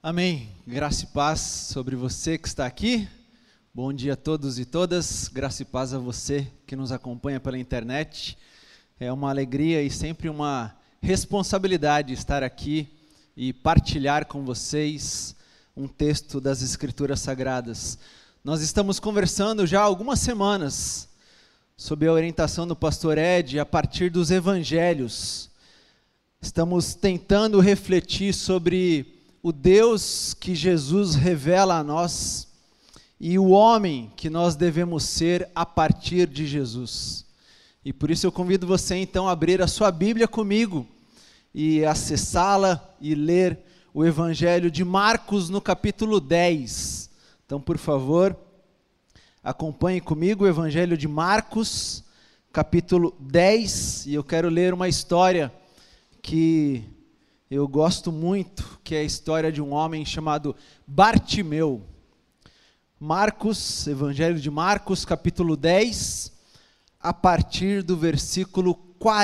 Amém. Graça e paz sobre você que está aqui. Bom dia a todos e todas. Graça e paz a você que nos acompanha pela internet. É uma alegria e sempre uma responsabilidade estar aqui e partilhar com vocês um texto das Escrituras Sagradas. Nós estamos conversando já há algumas semanas sob a orientação do pastor Ed a partir dos evangelhos. Estamos tentando refletir sobre o Deus que Jesus revela a nós e o homem que nós devemos ser a partir de Jesus. E por isso eu convido você então a abrir a sua Bíblia comigo e acessá-la e ler o Evangelho de Marcos no capítulo 10. Então, por favor, acompanhe comigo o Evangelho de Marcos, capítulo 10, e eu quero ler uma história que eu gosto muito, que é a história de um homem chamado Bartimeu. Marcos, Evangelho de Marcos, capítulo 10, a partir do versículo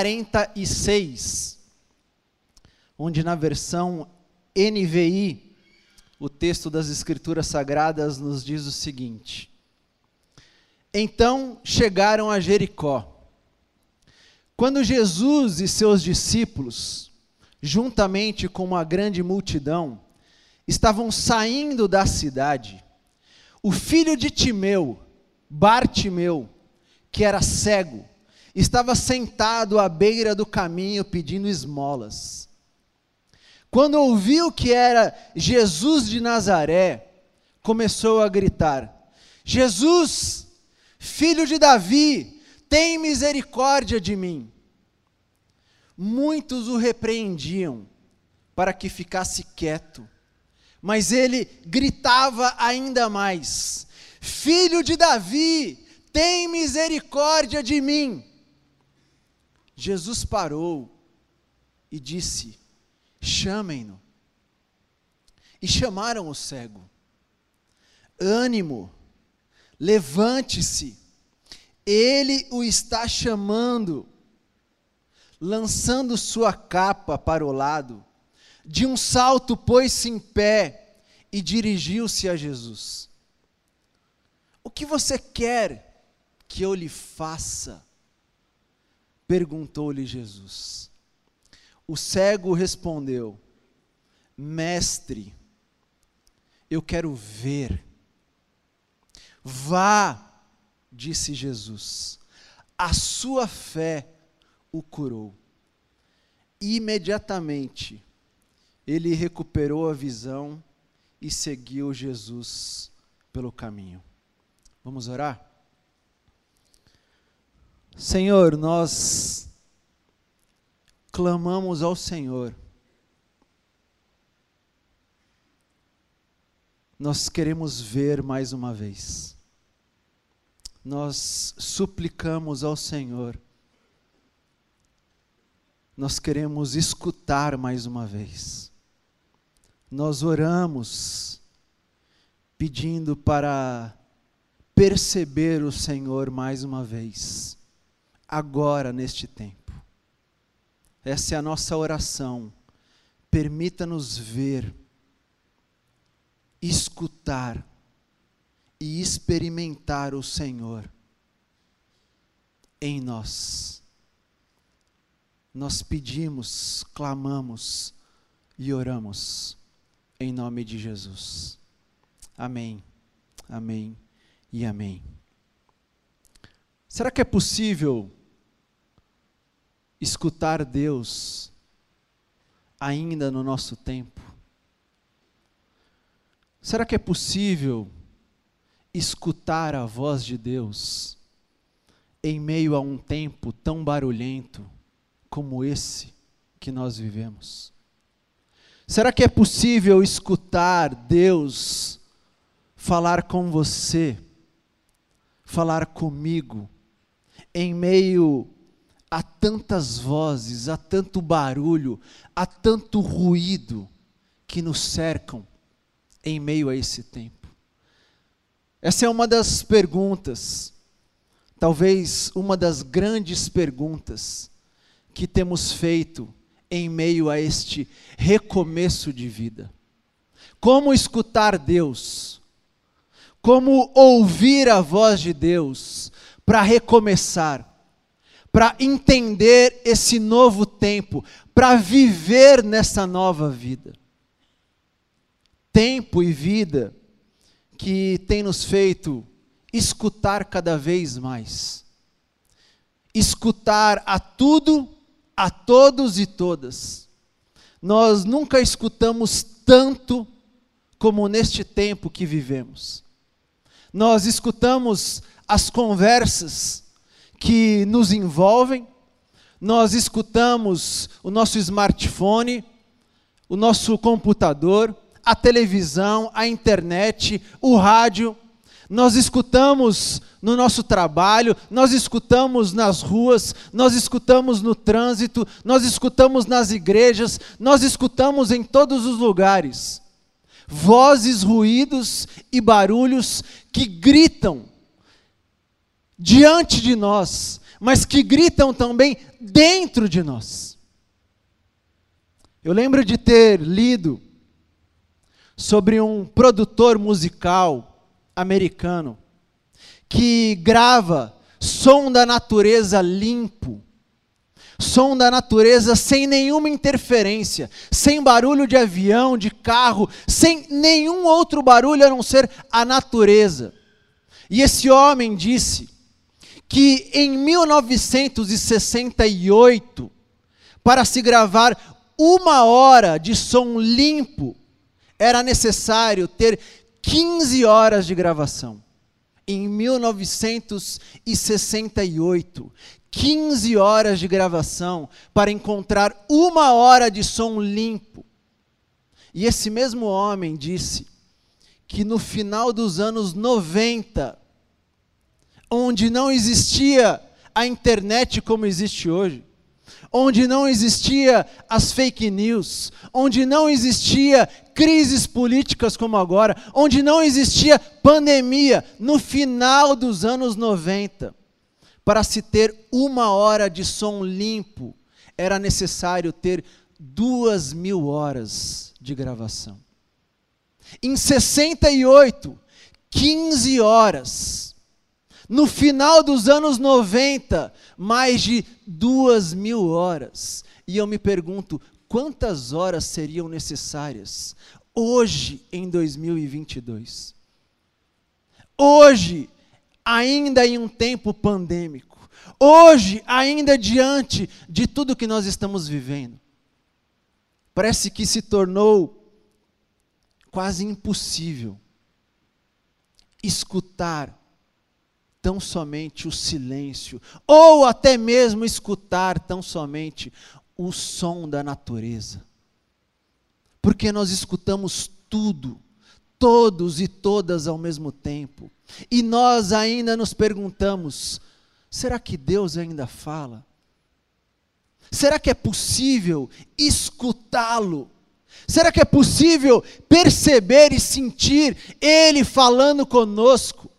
46, onde na versão NVI, o texto das Escrituras Sagradas nos diz o seguinte: Então chegaram a Jericó. Quando Jesus e seus discípulos, juntamente com uma grande multidão, estavam saindo da cidade, o filho de Timeu, Bartimeu, que era cego, estava sentado à beira do caminho pedindo esmolas. Quando ouviu que era Jesus de Nazaré, começou a gritar: Jesus, filho de Davi, tem misericórdia de mim. Muitos o repreendiam para que ficasse quieto, mas ele gritava ainda mais: Filho de Davi, tem misericórdia de mim. Jesus parou e disse: Chamem-no. E chamaram o cego. Ânimo, levante-se, ele o está chamando. Lançando sua capa para o lado, de um salto pôs-se em pé e dirigiu-se a Jesus. O que você quer que eu lhe faça? Perguntou-lhe Jesus. O cego respondeu: Mestre, eu quero ver. Vá, disse Jesus, a sua fé o curou. Imediatamente, ele recuperou a visão e seguiu Jesus pelo caminho. Vamos orar? Senhor, nós clamamos ao Senhor. Nós queremos ver mais uma vez. Nós suplicamos ao Senhor. Nós queremos escutar mais uma vez. Nós oramos pedindo para perceber o Senhor mais uma vez, agora neste tempo. Essa é a nossa oração. Permita-nos ver, escutar e experimentar o Senhor em nós. Nós pedimos, clamamos e oramos em nome de Jesus. Amém, amém e amém. Será que é possível escutar Deus ainda no nosso tempo? Será que é possível escutar a voz de Deus em meio a um tempo tão barulhento como esse que nós vivemos? Será que é possível escutar Deus falar com você, falar comigo, em meio a tantas vozes, a tanto barulho, a tanto ruído que nos cercam em meio a esse tempo? Essa é uma das perguntas, talvez uma das grandes perguntas que temos feito em meio a este recomeço de vida. como escutar Deus, como ouvir a voz de Deus para recomeçar, para entender esse novo tempo, para viver nessa nova vida. Tempo e vida que tem nos feito escutar cada vez mais. Escutar a tudo, a todos e todas. Nós nunca escutamos tanto como neste tempo que vivemos. Nós escutamos as conversas que nos envolvem, nós escutamos o nosso smartphone, o nosso computador, a televisão, a internet, o rádio, nós escutamos no nosso trabalho, nós escutamos nas ruas, nós escutamos no trânsito, nós escutamos nas igrejas, nós escutamos em todos os lugares. Vozes, ruídos e barulhos que gritam diante de nós, mas que gritam também dentro de nós. Eu lembro de ter lido sobre um produtor musical americano que grava som da natureza limpo, som da natureza sem nenhuma interferência, sem barulho de avião, de carro, sem nenhum outro barulho a não ser a natureza. E esse homem disse que em 1968, para se gravar 1 hora de som limpo, era necessário ter 15 horas de gravação. Em 1968, 15 horas de gravação para encontrar 1 hora de som limpo. E esse mesmo homem disse que no final dos anos 90, onde não existia a internet como existe hoje, onde não existia as fake news, onde não existia crises políticas como agora, onde não existia pandemia, no final dos anos 90, para se ter 1 hora de som limpo, era necessário ter 2.000 horas de gravação. Em 68, 15 horas. No final dos anos 90, mais de 2.000 horas. E eu me pergunto, quantas horas seriam necessárias hoje, em 2022? Hoje, ainda em um tempo pandêmico. Hoje, ainda diante de tudo que nós estamos vivendo. Parece que se tornou quase impossível escutar tão somente o silêncio, ou até mesmo escutar tão somente o som da natureza. Porque nós escutamos tudo, todos e todas ao mesmo tempo. E nós ainda nos perguntamos, será que Deus ainda fala? Será que é possível escutá-lo? Será que é possível perceber e sentir Ele falando conosco?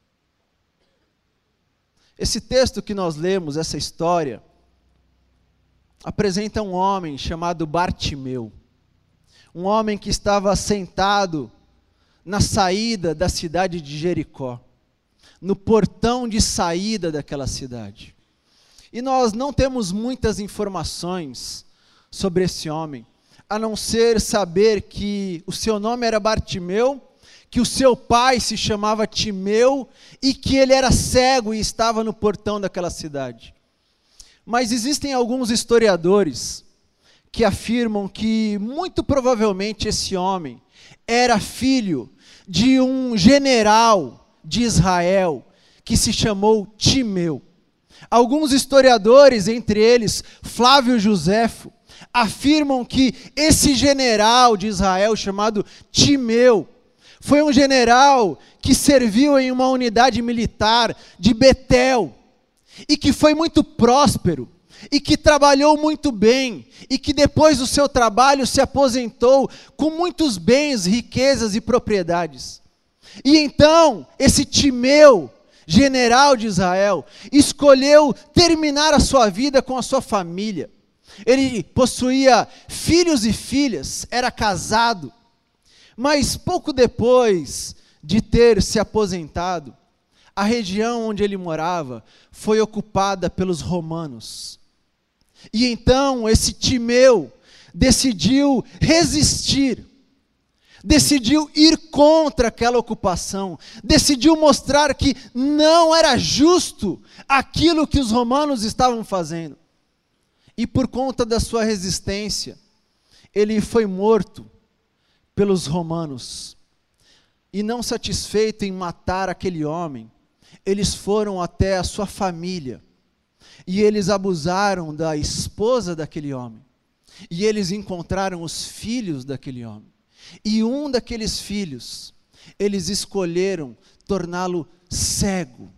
Esse texto que nós lemos, essa história, apresenta um homem chamado Bartimeu. Um homem que estava sentado na saída da cidade de Jericó, no portão de saída daquela cidade. E nós não temos muitas informações sobre esse homem, a não ser saber que o seu nome era Bartimeu, que o seu pai se chamava Timeu e que ele era cego e estava no portão daquela cidade. Mas existem alguns historiadores que afirmam que muito provavelmente esse homem era filho de um general de Israel que se chamou Timeu. Alguns historiadores, entre eles Flávio Joséfo, afirmam que esse general de Israel chamado Timeu foi um general que serviu em uma unidade militar de Betel e que foi muito próspero e que trabalhou muito bem e que depois do seu trabalho se aposentou com muitos bens, riquezas e propriedades. E então esse Timeu, general de Israel, escolheu terminar a sua vida com a sua família. Ele possuía filhos e filhas, era casado, Mas pouco depois de ter se aposentado, a região onde ele morava foi ocupada pelos romanos. E então esse Timeu decidiu resistir, decidiu ir contra aquela ocupação, decidiu mostrar que não era justo aquilo que os romanos estavam fazendo. E por conta da sua resistência, ele foi morto pelos romanos. E não satisfeito em matar aquele homem, eles foram até a sua família, e eles abusaram da esposa daquele homem, e eles encontraram os filhos daquele homem, e um daqueles filhos, eles escolheram torná-lo cego,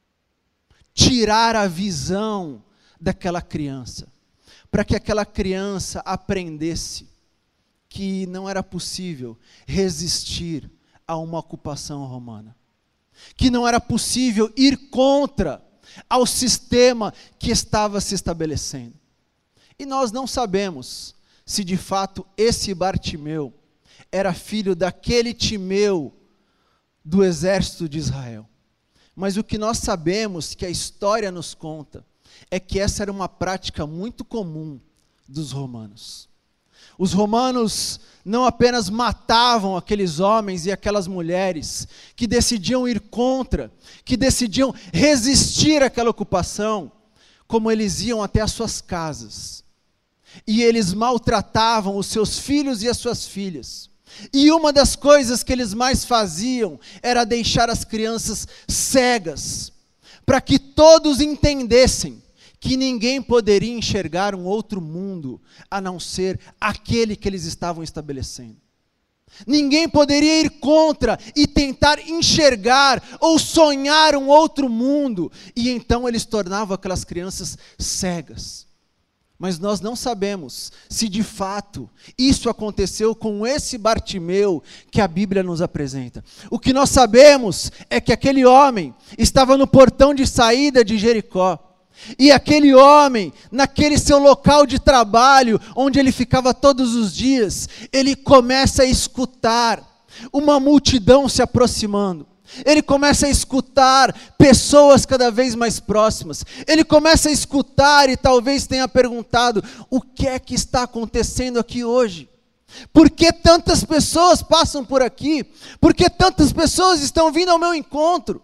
tirar a visão daquela criança, para que aquela criança aprendesse que não era possível resistir a uma ocupação romana, que não era possível ir contra ao sistema que estava se estabelecendo. E nós não sabemos se de fato esse Bartimeu era filho daquele Timeu do exército de Israel. Mas o que nós sabemos, que a história nos conta, é que essa era uma prática muito comum dos romanos. Os romanos não apenas matavam aqueles homens e aquelas mulheres que decidiam ir contra, que decidiam resistir àquela ocupação, como eles iam até as suas casas. E eles maltratavam os seus filhos e as suas filhas. E uma das coisas que eles mais faziam era deixar as crianças cegas, para que todos entendessem que ninguém poderia enxergar um outro mundo, a não ser aquele que eles estavam estabelecendo. Ninguém poderia ir contra e tentar enxergar ou sonhar um outro mundo, e então eles tornavam aquelas crianças cegas. Mas nós não sabemos se de fato isso aconteceu com esse Bartimeu que a Bíblia nos apresenta. O que nós sabemos é que aquele homem estava no portão de saída de Jericó. E aquele homem, naquele seu local de trabalho, onde ele ficava todos os dias, ele começa a escutar uma multidão se aproximando. Ele começa a escutar pessoas cada vez mais próximas. Ele começa a escutar e talvez tenha perguntado: o que é que está acontecendo aqui hoje? Por que tantas pessoas passam por aqui? Por que tantas pessoas estão vindo ao meu encontro?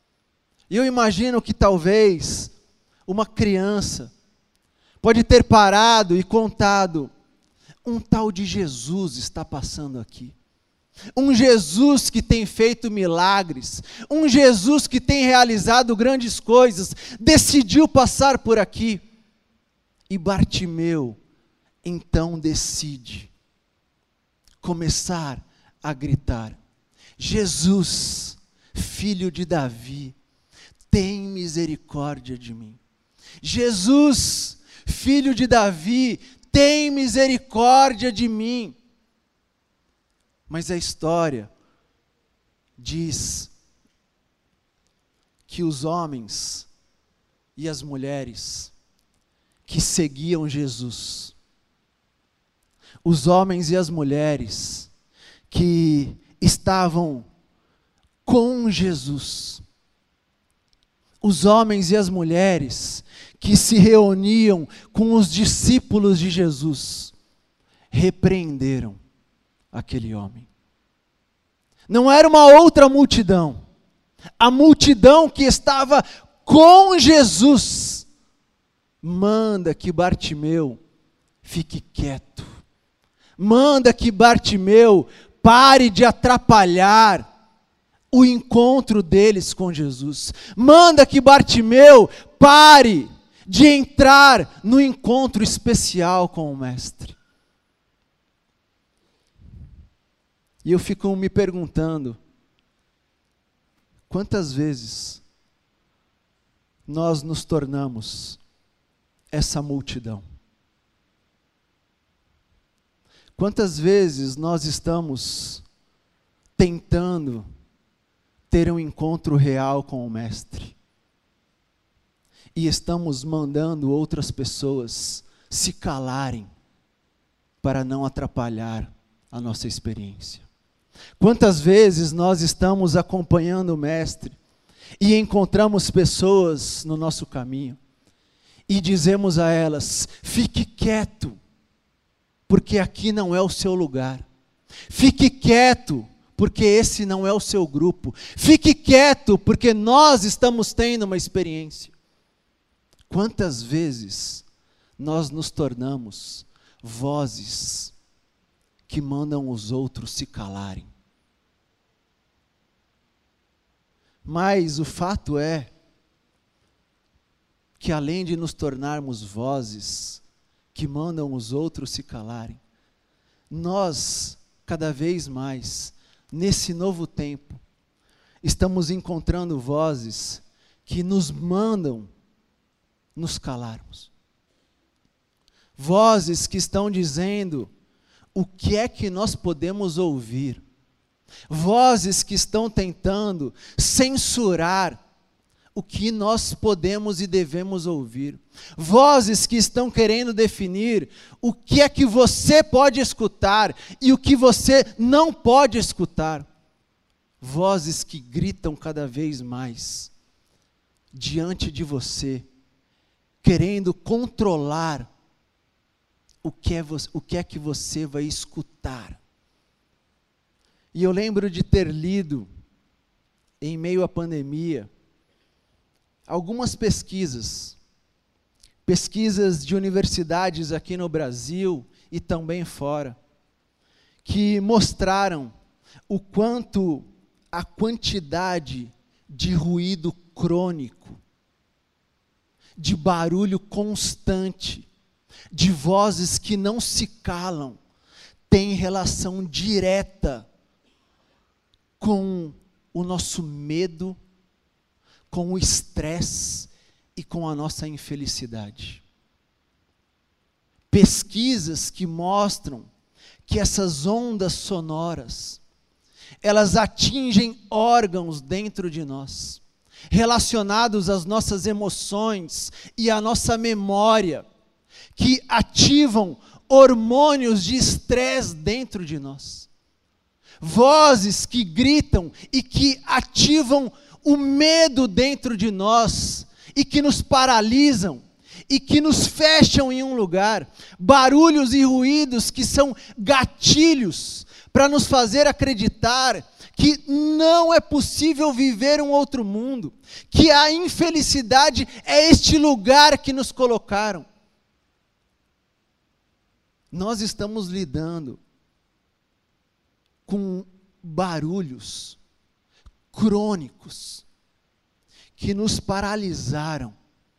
E eu imagino que talvez uma criança pode ter parado e contado: um tal de Jesus está passando aqui. Um Jesus que tem feito milagres, um Jesus que tem realizado grandes coisas, decidiu passar por aqui. E Bartimeu, então, decide começar a gritar: Jesus, filho de Davi, tem misericórdia de mim. Jesus, filho de Davi, tem misericórdia de mim. Mas a história diz que os homens e as mulheres que seguiam Jesus, os homens e as mulheres que estavam com Jesus, os homens e as mulheres que se reuniam com os discípulos de Jesus, repreenderam aquele homem. Não era uma outra multidão. A multidão que estava com Jesus manda que Bartimeu fique quieto. Manda que Bartimeu pare de atrapalhar o encontro deles com Jesus. Manda que Bartimeu pare de entrar no encontro especial com o Mestre. E eu fico me perguntando, quantas vezes nós nos tornamos essa multidão? Quantas vezes nós estamos tentando ter um encontro real com o Mestre e estamos mandando outras pessoas se calarem para não atrapalhar a nossa experiência? Quantas vezes nós estamos acompanhando o Mestre e encontramos pessoas no nosso caminho e dizemos a elas: fique quieto, porque aqui não é o seu lugar. Fique quieto, porque esse não é o seu grupo. Fique quieto, porque nós estamos tendo uma experiência. Quantas vezes nós nos tornamos vozes que mandam os outros se calarem? Mas o fato é que, além de nos tornarmos vozes que mandam os outros se calarem, nós, cada vez mais, nesse novo tempo, estamos encontrando vozes que nos mandam nos calarmos. Vozes que estão dizendo o que é que nós podemos ouvir. Vozes que estão tentando censurar o que nós podemos e devemos ouvir. Vozes que estão querendo definir o que é que você pode escutar e o que você não pode escutar. Vozes que gritam cada vez mais diante de você, querendo controlar o que é que você vai escutar. E eu lembro de ter lido, em meio à pandemia, algumas pesquisas de universidades aqui no Brasil e também fora, que mostraram o quanto a quantidade de ruído crônico, de barulho constante, de vozes que não se calam, tem relação direta com o nosso medo, com o estresse e com a nossa infelicidade. Pesquisas que mostram que essas ondas sonoras, elas atingem órgãos dentro de nós, relacionados às nossas emoções e à nossa memória, que ativam hormônios de estresse dentro de nós. Vozes que gritam e que ativam o medo dentro de nós e que nos paralisam e que nos fecham em um lugar. Barulhos e ruídos que são gatilhos para nos fazer acreditar que não é possível viver um outro mundo, que a infelicidade é este lugar que nos colocaram. Nós estamos lidando com barulhos crônicos que nos paralisaram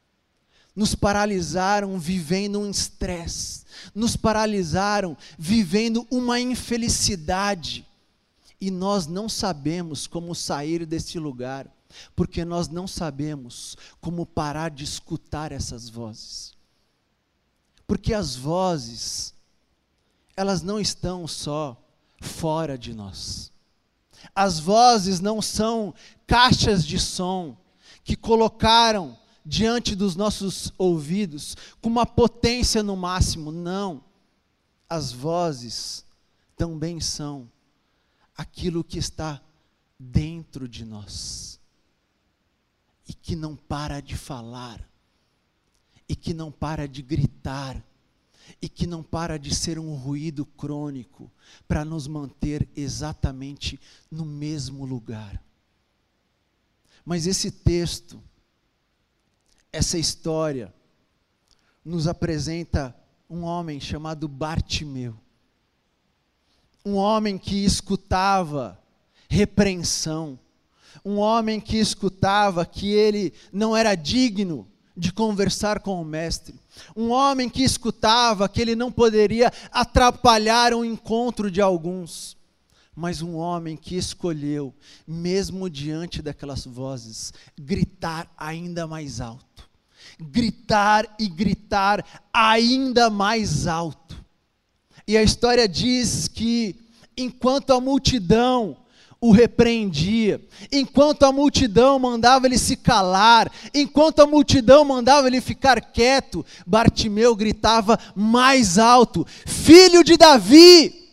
vivendo um estresse, nos paralisaram vivendo uma infelicidade, e nós não sabemos como sair desse lugar, porque nós não sabemos como parar de escutar essas vozes, porque as vozes, elas não estão só fora de nós. As vozes não são caixas de som que colocaram diante dos nossos ouvidos com uma potência no máximo. Não. As vozes também são aquilo que está dentro de nós e que não para de falar, e que não para de gritar, e que não para de ser um ruído crônico para nos manter exatamente no mesmo lugar. Mas esse texto, essa história, nos apresenta um homem chamado Bartimeu. Um homem que escutava repreensão, um homem que escutava que ele não era digno de conversar com o mestre, um homem que escutava que ele não poderia atrapalhar o encontro de alguns, mas um homem que escolheu, mesmo diante daquelas vozes, gritar ainda mais alto, gritar e gritar ainda mais alto. E a história diz que enquanto a multidão o repreendia, enquanto a multidão mandava ele se calar, enquanto a multidão mandava ele ficar quieto, Bartimeu gritava mais alto: Filho de Davi,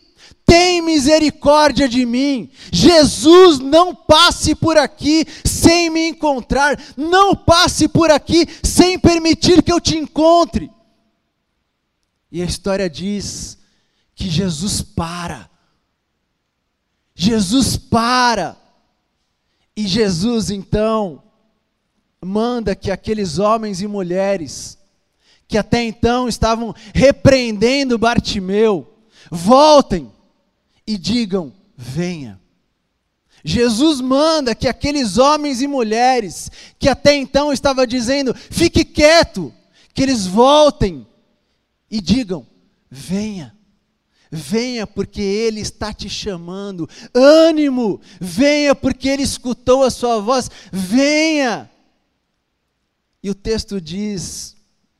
tem misericórdia de mim. Jesus, não passe por aqui sem me encontrar, não passe por aqui sem permitir que eu te encontre. E a história diz que Jesus para. Jesus para. E Jesus então manda que aqueles homens e mulheres que até então estavam repreendendo Bartimeu, voltem e digam: venha. Jesus manda que aqueles homens e mulheres que até então estavam dizendo: fique quieto, que eles voltem e digam: venha. Venha porque Ele está te chamando. Ânimo, venha porque Ele escutou a sua voz. Venha. E o texto diz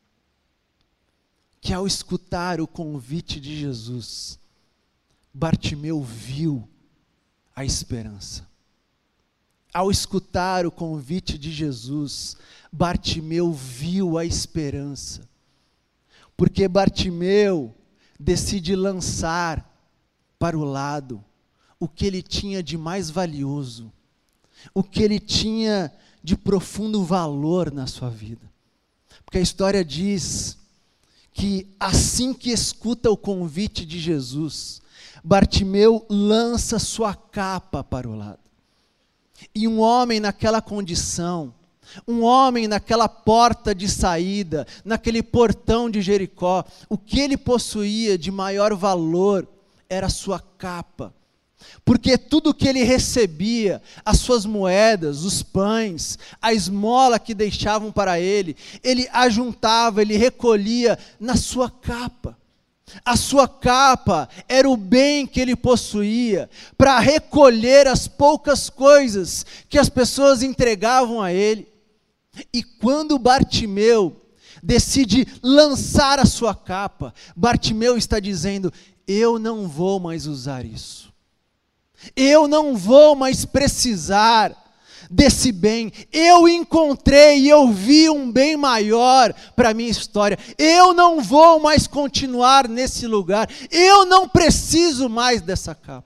que ao escutar o convite de Jesus, Bartimeu viu a esperança. Ao escutar o convite de Jesus, Bartimeu viu a esperança. Porque Bartimeu decide lançar para o lado o que ele tinha de mais valioso, o que ele tinha de profundo valor na sua vida. Porque a história diz que assim que escuta o convite de Jesus, Bartimeu lança sua capa para o lado. E um homem naquela condição, um homem naquela porta de saída, naquele portão de Jericó, o que ele possuía de maior valor era a sua capa. Porque tudo que ele recebia, as suas moedas, os pães, a esmola que deixavam para ele ajuntava, ele recolhia na sua capa. A sua capa era o bem que ele possuía para recolher as poucas coisas que as pessoas entregavam a ele. E quando Bartimeu decide lançar a sua capa, Bartimeu está dizendo: eu não vou mais usar isso. Eu não vou mais precisar desse bem. Eu encontrei e eu vi um bem maior para a minha história. Eu não vou mais continuar nesse lugar. Eu não preciso mais dessa capa.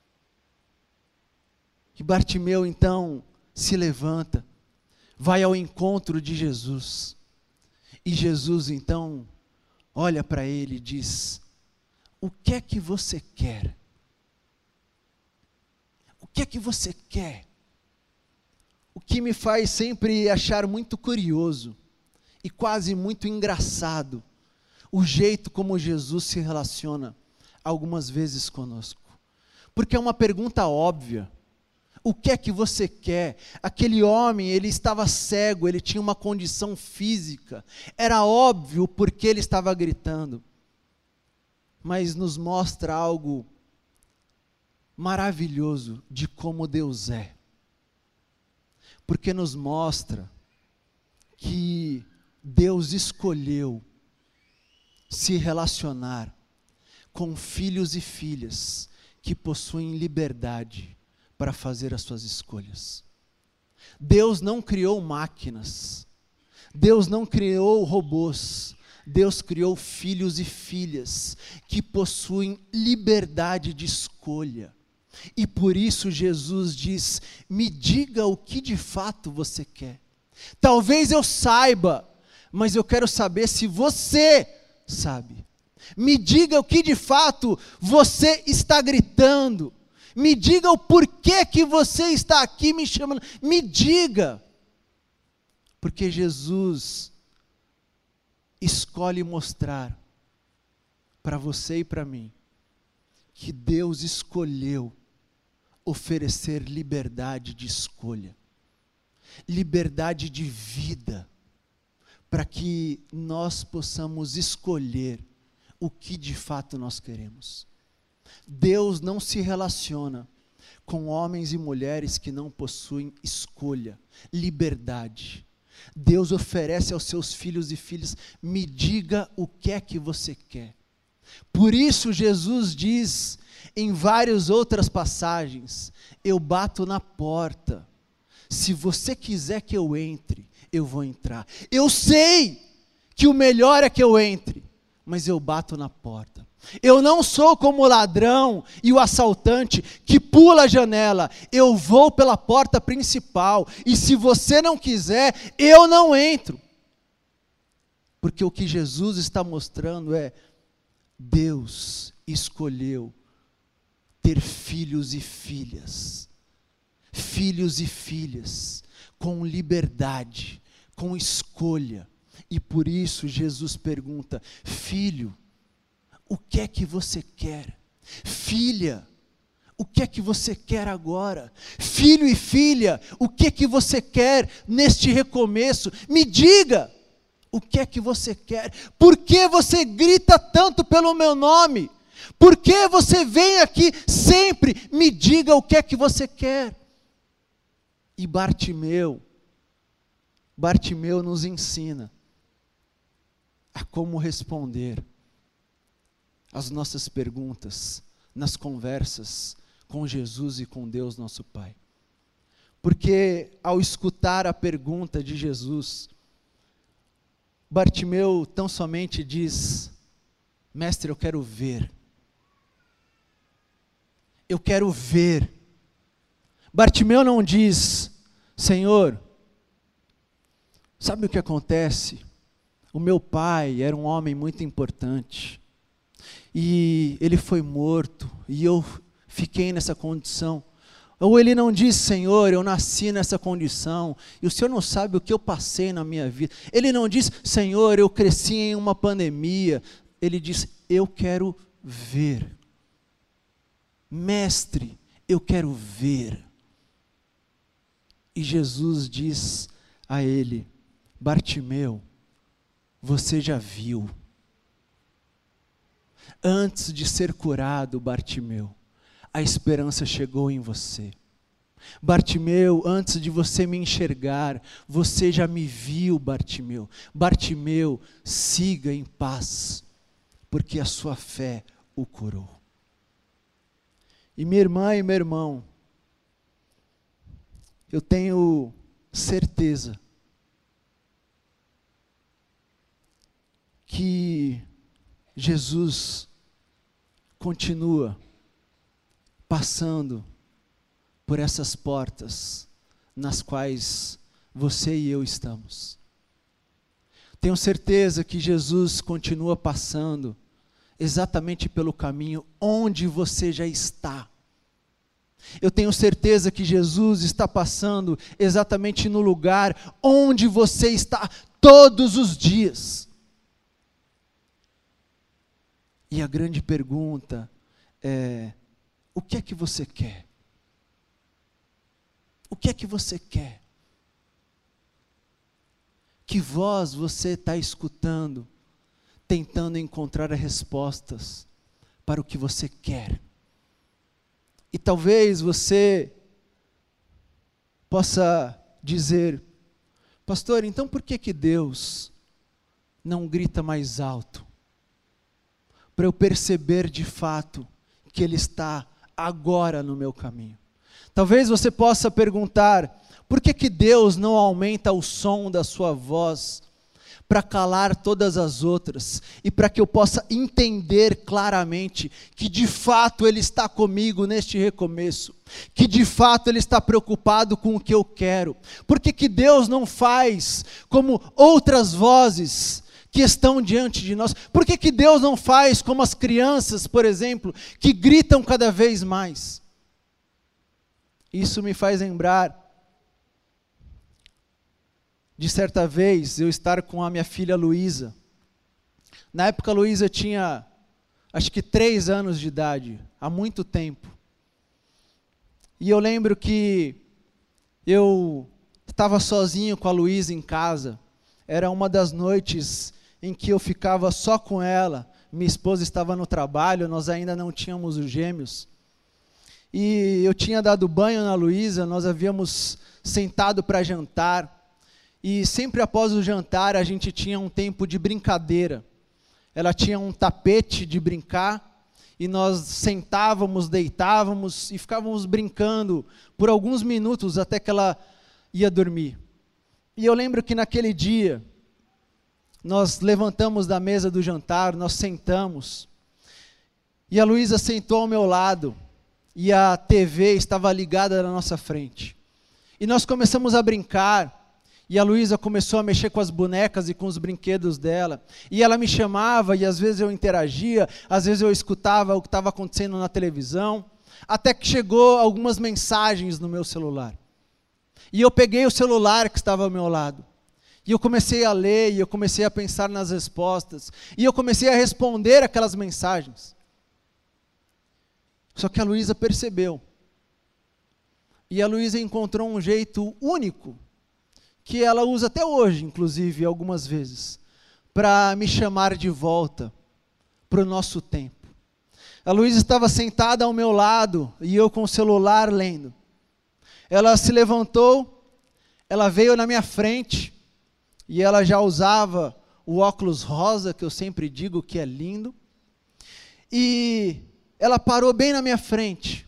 E Bartimeu então se levanta, vai ao encontro de Jesus. E Jesus então olha para ele e diz: o que é que você quer? O que é que você quer? O que me faz sempre achar muito curioso e quase muito engraçado o jeito como Jesus se relaciona algumas vezes conosco. Porque é uma pergunta óbvia. O que é que você quer? Aquele homem, ele estava cego, ele tinha uma condição física. Era óbvio porque ele estava gritando. Mas nos mostra algo maravilhoso de como Deus é. Porque nos mostra que Deus escolheu se relacionar com filhos e filhas que possuem liberdade para fazer as suas escolhas. Deus não criou máquinas, Deus não criou robôs, Deus criou filhos e filhas que possuem liberdade de escolha. E por isso Jesus diz: me diga o que de fato você quer. Talvez eu saiba, mas eu quero saber se você sabe. Me diga o que de fato você está gritando. Me diga o porquê que você está aqui me chamando. Me diga. Porque Jesus escolhe mostrar para você e para mim que Deus escolheu oferecer liberdade de escolha, liberdade de vida, para que nós possamos escolher o que de fato nós queremos. Deus não se relaciona com homens e mulheres que não possuem escolha, liberdade. Deus oferece aos seus filhos e filhas: me diga o que é que você quer. Por isso Jesus diz em várias outras passagens: eu bato na porta. Se você quiser que eu entre, eu vou entrar. Eu sei que o melhor é que eu entre, mas eu bato na porta. Eu não sou como o ladrão e o assaltante que pula a janela. Eu vou pela porta principal. E se você não quiser, eu não entro. Porque o que Jesus está mostrando é: Deus escolheu ter filhos e filhas. Filhos e filhas com liberdade, com escolha. E por isso Jesus pergunta: filho, o que é que você quer? Filha, o que é que você quer agora? Filho e filha, o que é que você quer neste recomeço? Me diga, o que é que você quer? Por que você grita tanto pelo meu nome? Por que você vem aqui sempre? Me diga o que é que você quer. E Bartimeu nos ensina a como responder as nossas perguntas nas conversas com Jesus e com Deus nosso Pai. Porque ao escutar a pergunta de Jesus, Bartimeu tão somente diz: mestre, eu quero ver. Eu quero ver. Bartimeu não diz: Senhor, sabe o que acontece? O meu pai era um homem muito importante. E ele foi morto, e eu fiquei nessa condição. Ou ele não diz: Senhor, eu nasci nessa condição, e o Senhor não sabe o que eu passei na minha vida. Ele não diz: Senhor, eu cresci em uma pandemia. Ele diz: eu quero ver. Mestre, eu quero ver. E Jesus diz a ele: Bartimeu, você já viu. Antes de ser curado, Bartimeu, a esperança chegou em você. Bartimeu, antes de você me enxergar, você já me viu, Bartimeu. Bartimeu, siga em paz, porque a sua fé o curou. E minha irmã e meu irmão, eu tenho certeza que Jesus continua passando por essas portas nas quais você e eu estamos. Tenho certeza que Jesus continua passando exatamente pelo caminho onde você já está. Eu tenho certeza que Jesus está passando exatamente no lugar onde você está todos os dias. E a grande pergunta é: o que é que você quer? O que é que você quer? Que voz você está escutando, tentando encontrar respostas para o que você quer? E talvez você possa dizer: pastor, então por que Deus não grita mais alto? Para eu perceber de fato que Ele está agora no meu caminho. Talvez você possa perguntar: por que Deus não aumenta o som da sua voz para calar todas as outras e para que eu possa entender claramente que de fato Ele está comigo neste recomeço, que de fato Ele está preocupado com o que eu quero? Por que Deus não faz como outras vozes que estão diante de nós? Por que Deus não faz como as crianças, por exemplo, que gritam cada vez mais? Isso me faz lembrar de certa vez eu estar com a minha filha Luísa. Na época a Luísa tinha, acho que 3 anos de idade, há muito tempo. E eu lembro que eu estava sozinho com a Luísa em casa. Era uma das noites em que eu ficava só com ela. Minha esposa estava no trabalho, nós ainda não tínhamos os gêmeos. E eu tinha dado banho na Luísa, nós havíamos sentado para jantar. E sempre após o jantar a gente tinha um tempo de brincadeira. Ela tinha um tapete de brincar e nós sentávamos, deitávamos e ficávamos brincando por alguns minutos até que ela ia dormir. E eu lembro que naquele dia nós levantamos da mesa do jantar, nós sentamos E a Luísa sentou ao meu lado, e a TV estava ligada na nossa frente. E nós começamos a brincar, e a Luísa começou a mexer com as bonecas e com os brinquedos dela. E ela me chamava, e às vezes eu interagia, às vezes eu escutava o que estava acontecendo na televisão, até que chegou algumas mensagens no meu celular. E eu peguei o celular que estava ao meu lado. E eu comecei a ler, e eu comecei a pensar nas respostas. E eu comecei a responder aquelas mensagens. Só que a Luísa percebeu. E a Luísa encontrou um jeito único, que ela usa até hoje, inclusive, algumas vezes, para me chamar de volta para o nosso tempo. A Luísa estava sentada ao meu lado, e eu com o celular lendo. Ela se levantou, ela veio na minha frente, e ela já usava o óculos rosa, que eu sempre digo que é lindo, e ela parou bem na minha frente,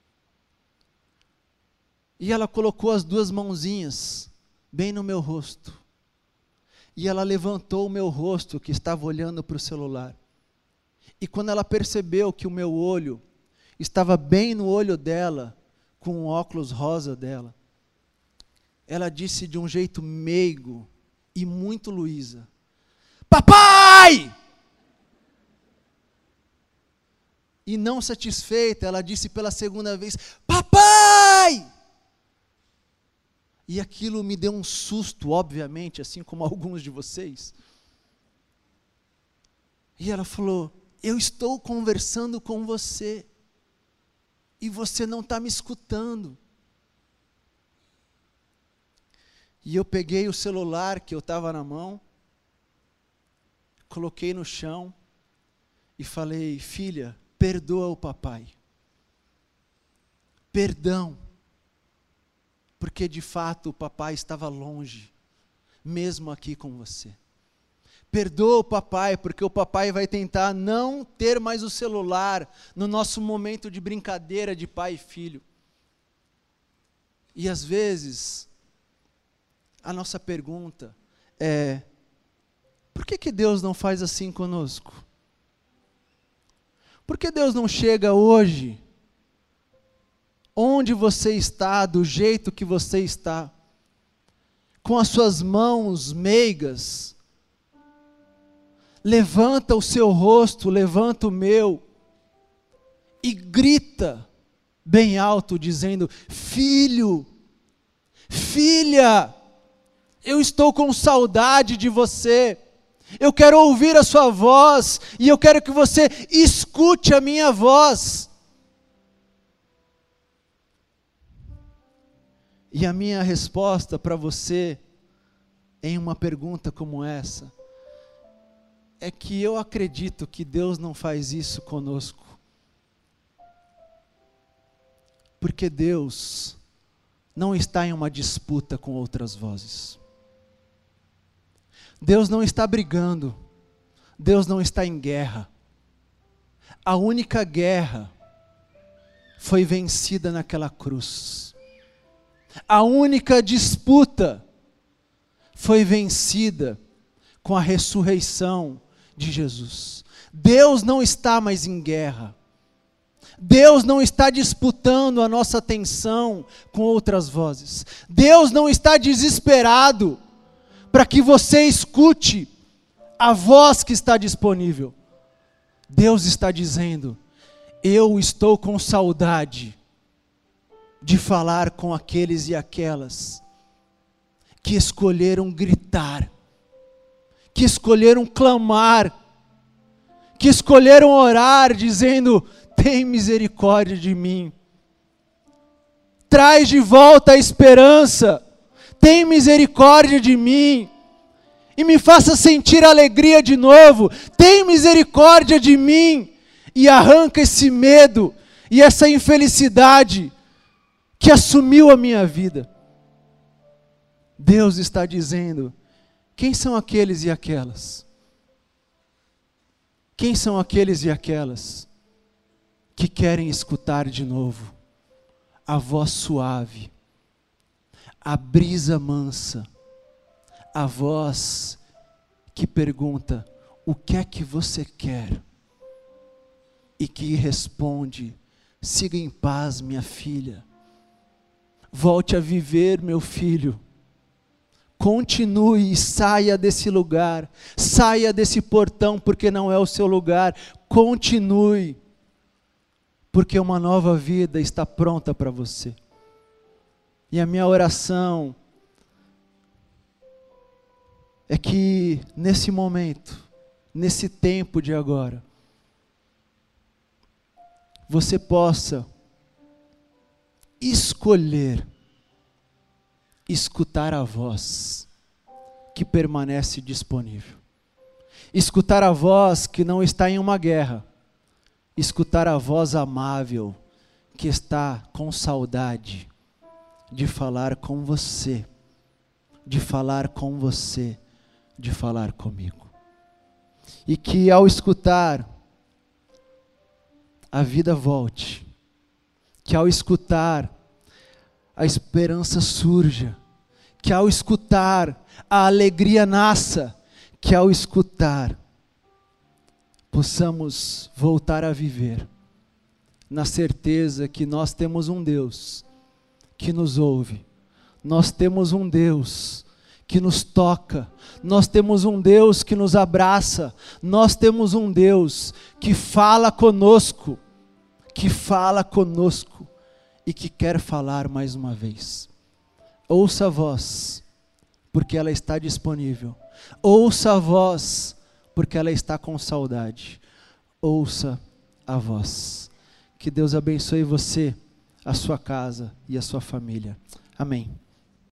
e ela colocou as duas mãozinhas bem no meu rosto, e ela levantou o meu rosto, que estava olhando para o celular, e quando ela percebeu que o meu olho estava bem no olho dela, com o óculos rosa dela, ela disse de um jeito meigo e muito Luísa: papai! E não satisfeita, ela disse pela segunda vez: papai! E aquilo me deu um susto, obviamente, assim como alguns de vocês. E ela falou: eu estou conversando com você, e você não está me escutando. E eu peguei o celular que eu estava na mão, coloquei no chão e falei: filha, perdoa o papai. Perdão, porque de fato o papai estava longe, mesmo aqui com você. Perdoa o papai, porque o papai vai tentar não ter mais o celular no nosso momento de brincadeira de pai e filho. E às vezes, a nossa pergunta é: por que Deus não faz assim conosco? Por que Deus não chega hoje, onde você está, do jeito que você está, com as suas mãos meigas, levanta o seu rosto, levanta o meu, e grita bem alto, dizendo: filho, filha, eu estou com saudade de você, eu quero ouvir a sua voz, e eu quero que você escute a minha voz. E a minha resposta para você, em uma pergunta como essa, é que eu acredito que Deus não faz isso conosco, porque Deus não está em uma disputa com outras vozes. Deus não está brigando, Deus não está em guerra. A única guerra foi vencida naquela cruz. A única disputa foi vencida com a ressurreição de Jesus. Deus não está mais em guerra. Deus não está disputando a nossa atenção com outras vozes. Deus não está desesperado para que você escute a voz que está disponível. Deus está dizendo: eu estou com saudade de falar com aqueles e aquelas que escolheram gritar, que escolheram clamar, que escolheram orar, dizendo: tem misericórdia de mim, traz de volta a esperança, tem misericórdia de mim, e me faça sentir alegria de novo, tem misericórdia de mim, e arranca esse medo, e essa infelicidade, que assumiu a minha vida. Deus está dizendo: quem são aqueles e aquelas? Quem são aqueles e aquelas que querem escutar de novo a voz suave, a brisa mansa, a voz que pergunta: o que é que você quer? e que responde: siga em paz, minha filha. Volte a viver, meu filho. Continue e saia desse lugar. Saia desse portão, porque não é o seu lugar. Continue, porque uma nova vida está pronta para você. E a minha oração é que nesse momento, nesse tempo de agora, você possa escolher escutar a voz que permanece disponível. Escutar a voz que não está em uma guerra. Escutar a voz amável que está com saudade de falar com você, de falar com você, de falar comigo. E que ao escutar, a vida volte. Que ao escutar, a esperança surja. Que ao escutar, a alegria nasça. Que ao escutar, possamos voltar a viver na certeza que nós temos um Deus que nos ouve. Nós temos um Deus que nos toca. Nós temos um Deus que nos abraça. Nós temos um Deus que fala conosco. Que fala conosco e que quer falar mais uma vez. Ouça a voz, porque ela está disponível. Ouça a voz, porque ela está com saudade. Ouça a voz. Que Deus abençoe você, a sua casa e a sua família. Amém.